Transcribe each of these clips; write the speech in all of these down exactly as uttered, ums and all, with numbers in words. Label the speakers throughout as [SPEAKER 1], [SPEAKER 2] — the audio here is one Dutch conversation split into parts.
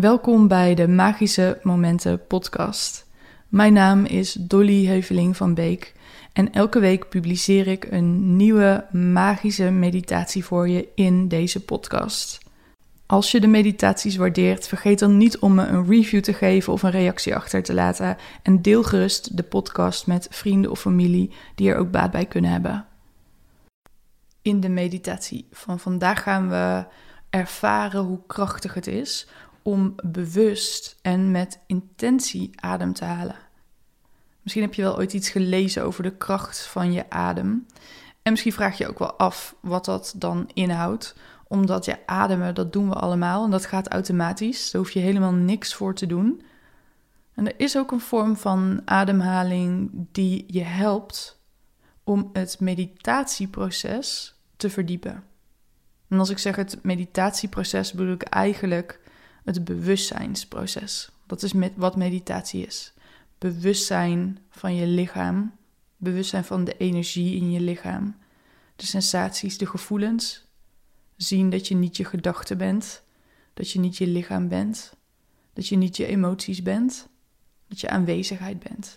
[SPEAKER 1] Welkom bij de Magische Momenten podcast. Mijn naam is Dolly Heuveling van Beek en elke week publiceer ik een nieuwe magische meditatie voor je in deze podcast. Als je de meditaties waardeert, vergeet dan niet om me een review te geven of een reactie achter te laten en deel gerust de podcast met vrienden of familie die er ook baat bij kunnen hebben. In de meditatie van vandaag gaan we ervaren hoe krachtig het is om bewust en met intentie adem te halen. Misschien heb je wel ooit iets gelezen over de kracht van je adem. En misschien vraag je ook wel af wat dat dan inhoudt. Omdat ja, ademen, dat doen we allemaal en dat gaat automatisch. Daar hoef je helemaal niks voor te doen. En er is ook een vorm van ademhaling die je helpt om het meditatieproces te verdiepen. En als ik zeg het meditatieproces, bedoel ik eigenlijk het bewustzijnsproces. Dat is met wat meditatie is. Bewustzijn van je lichaam. Bewustzijn van de energie in je lichaam. De sensaties, de gevoelens. Zien dat je niet je gedachten bent. Dat je niet je lichaam bent. Dat je niet je emoties bent. Dat je aanwezigheid bent.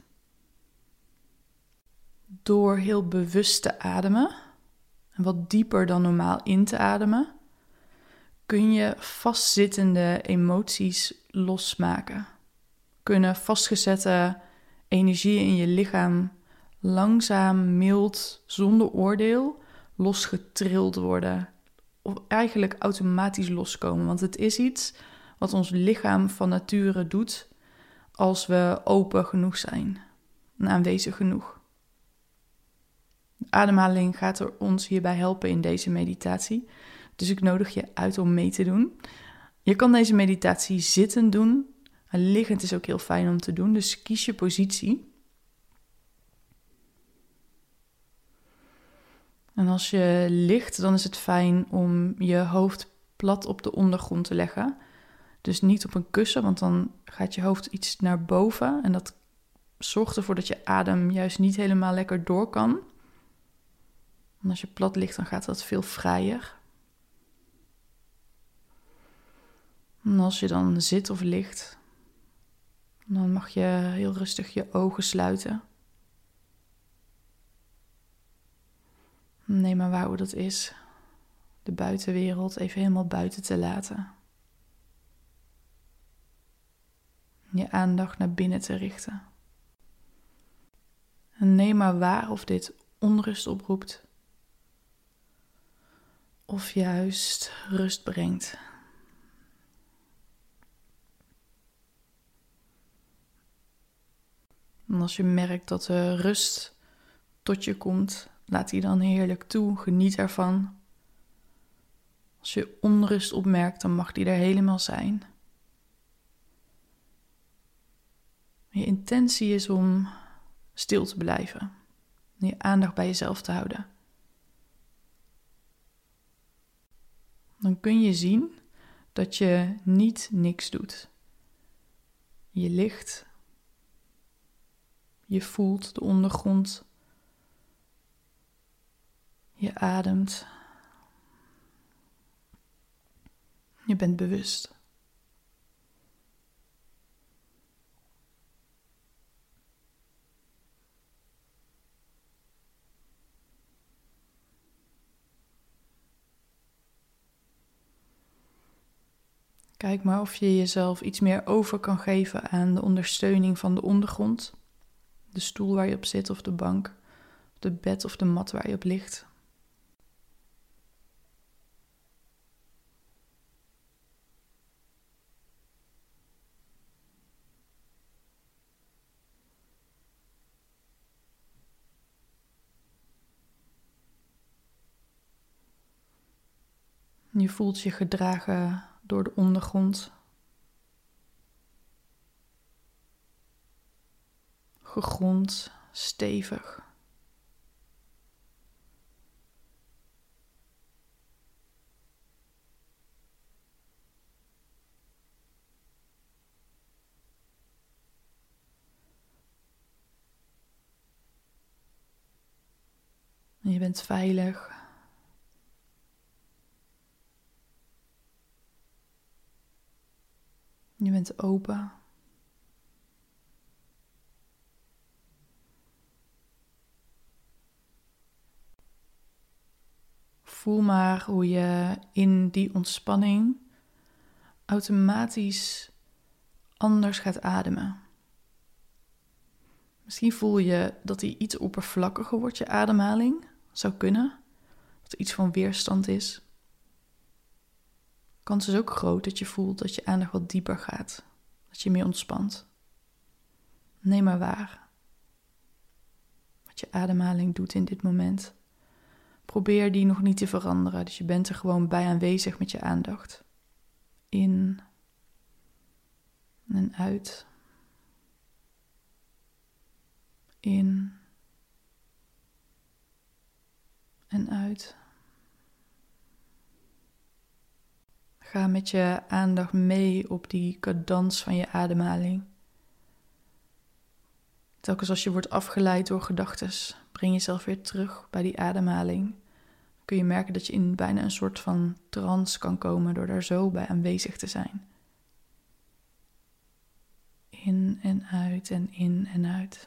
[SPEAKER 1] Door heel bewust te ademen, en wat dieper dan normaal in te ademen, kun je vastzittende emoties losmaken. Kunnen vastgezette energieën in je lichaam langzaam, mild, zonder oordeel losgetrild worden. Of eigenlijk automatisch loskomen. Want het is iets wat ons lichaam van nature doet als we open genoeg zijn en aanwezig genoeg. De ademhaling gaat er ons hierbij helpen in deze meditatie. Dus ik nodig je uit om mee te doen. Je kan deze meditatie zittend doen. En liggend is ook heel fijn om te doen. Dus kies je positie. En als je ligt, dan is het fijn om je hoofd plat op de ondergrond te leggen. Dus niet op een kussen, want dan gaat je hoofd iets naar boven. En dat zorgt ervoor dat je adem juist niet helemaal lekker door kan. En als je plat ligt, dan gaat dat veel vrijer. En als je dan zit of ligt, dan mag je heel rustig je ogen sluiten. Neem maar waar hoe dat is. De buitenwereld even helemaal buiten te laten. Je aandacht naar binnen te richten. En neem maar waar of dit onrust oproept. Of juist rust brengt. En als je merkt dat de rust tot je komt, laat die dan heerlijk toe, geniet ervan. Als je onrust opmerkt, dan mag die er helemaal zijn. Je intentie is om stil te blijven en je aandacht bij jezelf te houden. Dan kun je zien dat je niet niks doet. Je ligt, je voelt de ondergrond, je ademt, je bent bewust. Kijk maar of je jezelf iets meer over kan geven aan de ondersteuning van de ondergrond. De stoel waar je op zit of de bank, de bed of de mat waar je op ligt. Je voelt je gedragen door de ondergrond. Gegrond, stevig. En je bent veilig. Je bent open. Voel maar hoe je in die ontspanning automatisch anders gaat ademen. Misschien voel je dat die iets oppervlakkiger wordt, je ademhaling. Zou kunnen. Dat er iets van weerstand is. De kans is ook groot dat je voelt dat je aandacht wat dieper gaat. Dat je meer ontspant. Neem maar waar. Wat je ademhaling doet in dit moment. Probeer die nog niet te veranderen. Dus je bent er gewoon bij aanwezig met je aandacht. In en uit. In en uit. Ga met je aandacht mee op die cadans van je ademhaling. Telkens als je wordt afgeleid door gedachten, breng jezelf weer terug bij die ademhaling. Dan kun je merken dat je in bijna een soort van trance kan komen door daar zo bij aanwezig te zijn. In en uit en in en uit.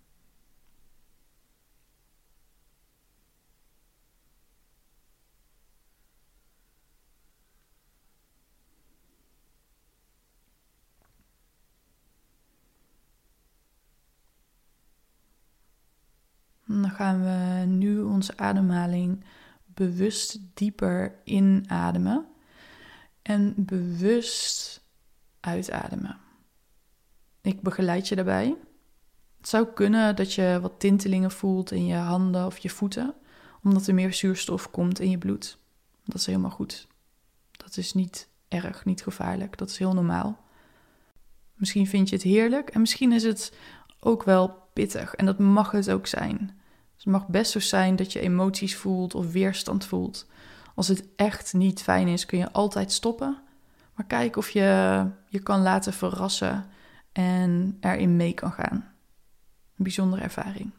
[SPEAKER 1] Dan gaan we nu onze ademhaling bewust dieper inademen en bewust uitademen. Ik begeleid je daarbij. Het zou kunnen dat je wat tintelingen voelt in je handen of je voeten, omdat er meer zuurstof komt in je bloed. Dat is helemaal goed. Dat is niet erg, niet gevaarlijk. Dat is heel normaal. Misschien vind je het heerlijk en misschien is het ook wel pittig en dat mag het ook zijn. Dus het mag best zo zijn dat je emoties voelt of weerstand voelt. Als het echt niet fijn is, kun je altijd stoppen. Maar kijk of je je kan laten verrassen en erin mee kan gaan. Een bijzondere ervaring.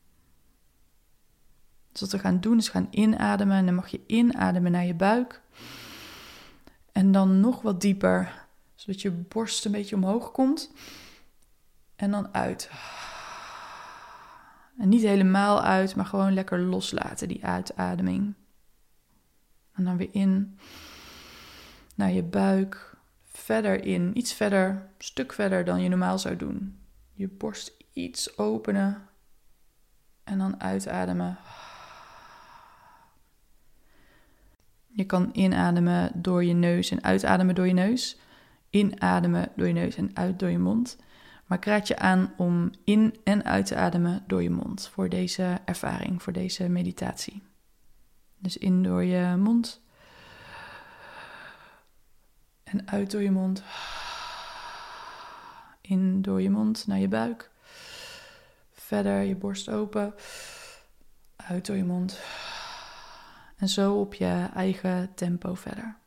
[SPEAKER 1] Dus wat we gaan doen is gaan inademen. En dan mag je inademen naar je buik. En dan nog wat dieper, zodat je borst een beetje omhoog komt. En dan uit. En niet helemaal uit, maar gewoon lekker loslaten, die uitademing. En dan weer in naar je buik. Verder in, iets verder, een stuk verder dan je normaal zou doen. Je borst iets openen. En dan uitademen. Je kan inademen door je neus en uitademen door je neus. Inademen door je neus en uit door je mond. Maar ik raad je aan om in en uit te ademen door je mond. Voor deze ervaring, voor deze meditatie. Dus in door je mond. En uit door je mond. In door je mond naar je buik. Verder je borst open. Uit door je mond. En zo op je eigen tempo verder.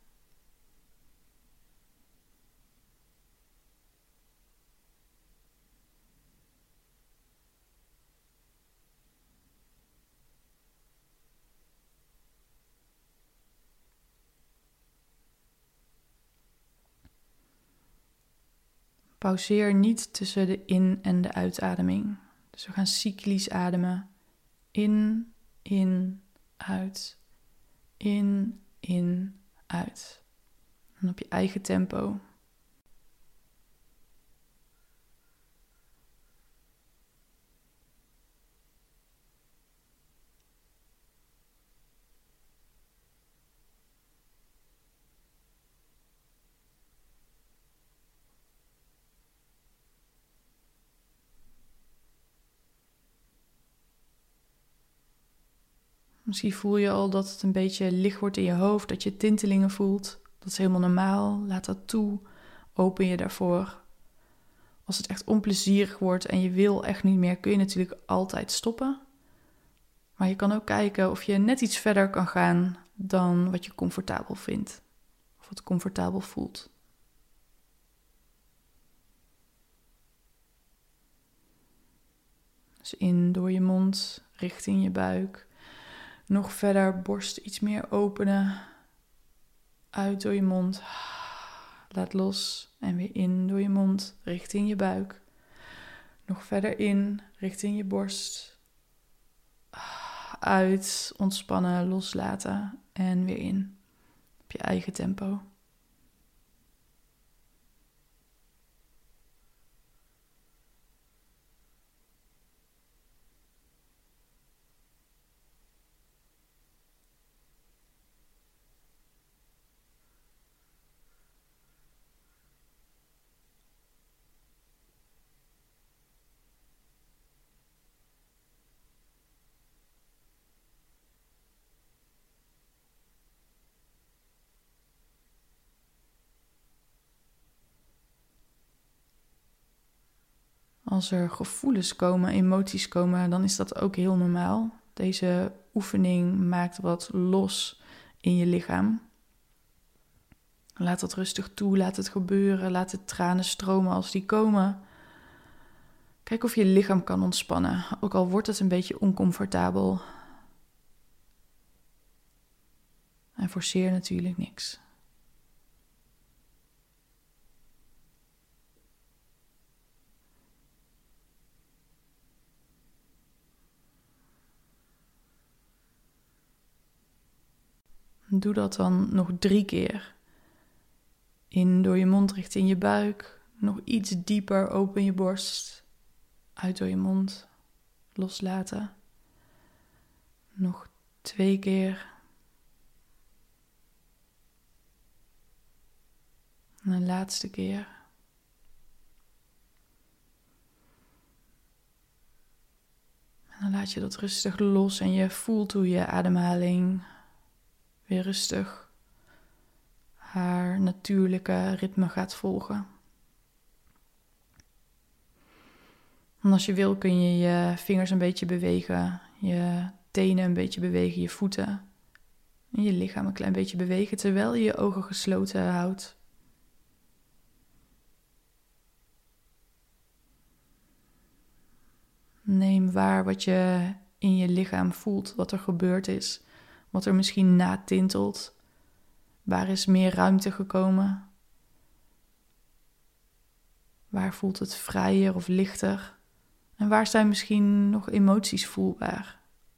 [SPEAKER 1] Pauzeer niet tussen de in- en de uitademing. Dus we gaan cyclisch ademen. In, in, uit. In, in, uit. En op je eigen tempo. Misschien voel je al dat het een beetje licht wordt in je hoofd, dat je tintelingen voelt. Dat is helemaal normaal, laat dat toe, open je daarvoor. Als het echt onplezierig wordt en je wil echt niet meer, kun je natuurlijk altijd stoppen. Maar je kan ook kijken of je net iets verder kan gaan dan wat je comfortabel vindt. Of wat comfortabel voelt. Dus in door je mond, richting je buik. Nog verder borst iets meer openen. Uit door je mond. Laat los en weer in door je mond richting je buik. Nog verder in richting je borst. Uit, ontspannen, loslaten en weer in. Op je eigen tempo. Als er gevoelens komen, emoties komen, dan is dat ook heel normaal. Deze oefening maakt wat los in je lichaam. Laat dat rustig toe, laat het gebeuren, laat de tranen stromen als die komen. Kijk of je lichaam kan ontspannen, ook al wordt het een beetje oncomfortabel. En forceer natuurlijk niks. Doe dat dan nog drie keer. In door je mond richting je buik. Nog iets dieper open je borst. Uit door je mond. Loslaten. Nog twee keer. En een laatste keer. En dan laat je dat rustig los en je voelt hoe je ademhaling weer rustig haar natuurlijke ritme gaat volgen. En als je wil kun je je vingers een beetje bewegen, je tenen een beetje bewegen, je voeten en je lichaam een klein beetje bewegen terwijl je je ogen gesloten houdt. Neem waar wat je in je lichaam voelt, wat er gebeurd is, wat er misschien natintelt. Waar is meer ruimte gekomen? Waar voelt het vrijer of lichter? En waar zijn misschien nog emoties voelbaar?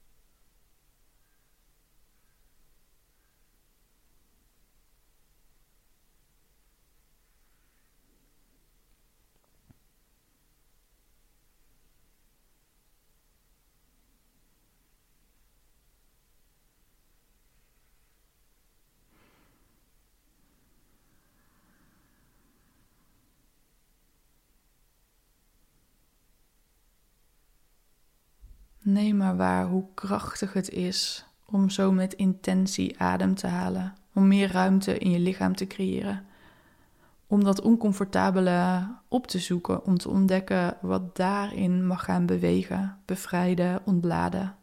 [SPEAKER 1] Neem maar waar hoe krachtig het is om zo met intentie adem te halen. Om meer ruimte in je lichaam te creëren. Om dat oncomfortabele op te zoeken. Om te ontdekken wat daarin mag gaan bewegen, bevrijden, ontladen.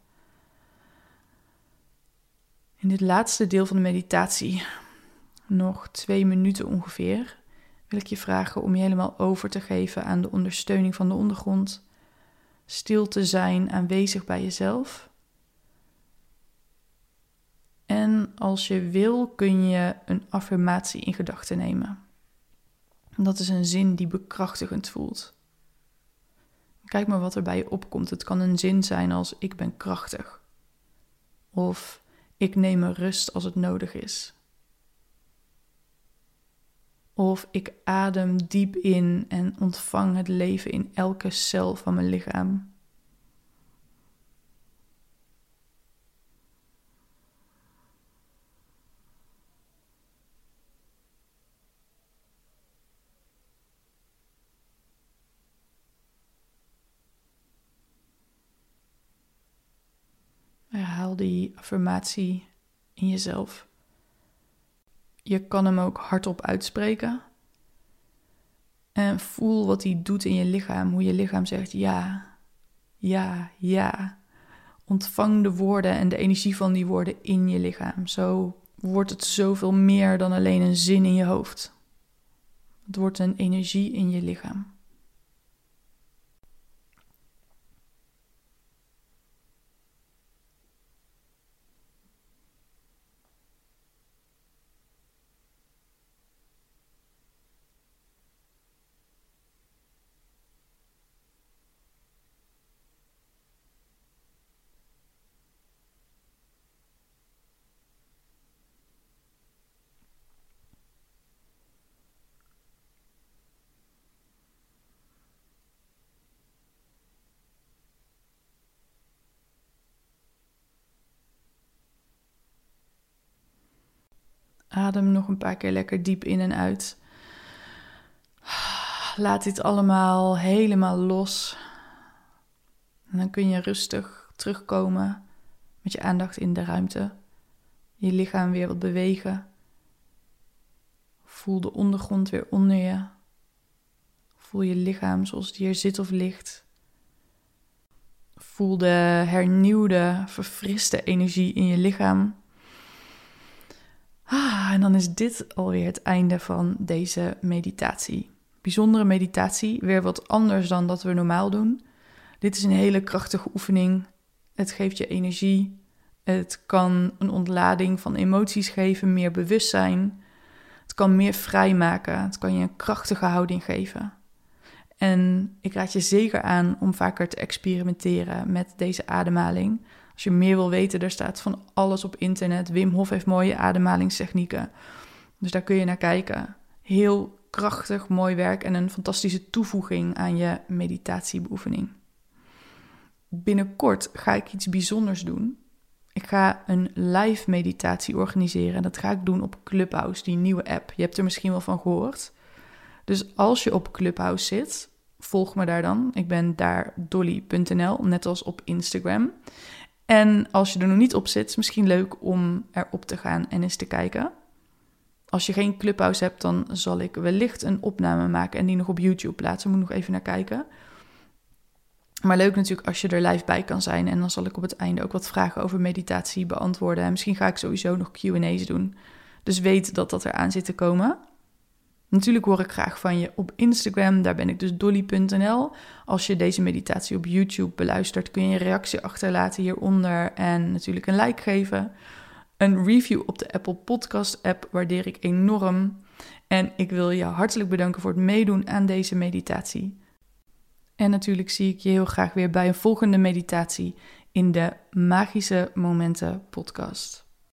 [SPEAKER 1] In dit laatste deel van de meditatie, nog twee minuten ongeveer, wil ik je vragen om je helemaal over te geven aan de ondersteuning van de ondergrond. Stil te zijn, aanwezig bij jezelf. En als je wil, kun je een affirmatie in gedachten nemen. Dat is een zin die bekrachtigend voelt. Kijk maar wat er bij je opkomt. Het kan een zin zijn als ik ben krachtig. Of ik neem me rust als het nodig is. Of ik adem diep in en ontvang het leven in elke cel van mijn lichaam. Herhaal die affirmatie in jezelf. Je kan hem ook hardop uitspreken. En voel wat hij doet in je lichaam. Hoe je lichaam zegt ja, ja, ja. Ontvang de woorden en de energie van die woorden in je lichaam. Zo wordt het zoveel meer dan alleen een zin in je hoofd. Het wordt een energie in je lichaam. Adem nog een paar keer lekker diep in en uit. Laat dit allemaal helemaal los. En dan kun je rustig terugkomen met je aandacht in de ruimte. Je lichaam weer wat bewegen. Voel de ondergrond weer onder je. Voel je lichaam zoals het hier zit of ligt. Voel de hernieuwde, verfriste energie in je lichaam. Ah, en dan is dit alweer het einde van deze meditatie. Bijzondere meditatie, weer wat anders dan dat we normaal doen. Dit is een hele krachtige oefening. Het geeft je energie. Het kan een ontlading van emoties geven, meer bewustzijn. Het kan meer vrijmaken. Het kan je een krachtige houding geven. En ik raad je zeker aan om vaker te experimenteren met deze ademhaling. Als je meer wil weten, er staat van alles op internet. Wim Hof heeft mooie ademhalingstechnieken. Dus daar kun je naar kijken. Heel krachtig, mooi werk en een fantastische toevoeging aan je meditatiebeoefening. Binnenkort ga ik iets bijzonders doen. Ik ga een live meditatie organiseren. En dat ga ik doen op Clubhouse, die nieuwe app. Je hebt er misschien wel van gehoord. Dus als je op Clubhouse zit, volg me daar dan. Ik ben daar dolly punt n l, net als op Instagram. En als je er nog niet op zit, is het misschien leuk om erop te gaan en eens te kijken. Als je geen Clubhouse hebt, dan zal ik wellicht een opname maken en die nog op YouTube plaatsen. Moet nog even naar kijken. Maar leuk natuurlijk als je er live bij kan zijn. En dan zal ik op het einde ook wat vragen over meditatie beantwoorden. En misschien ga ik sowieso nog Q en A's doen. Dus weet dat dat eraan zit te komen. Natuurlijk hoor ik graag van je op Instagram. Daar ben ik dus dolly punt n l. Als je deze meditatie op YouTube beluistert, kun je een reactie achterlaten hieronder. En natuurlijk een like geven. Een review op de Apple Podcast app waardeer ik enorm. En ik wil je hartelijk bedanken voor het meedoen aan deze meditatie. En natuurlijk zie ik je heel graag weer bij een volgende meditatie in de Magische Momenten podcast.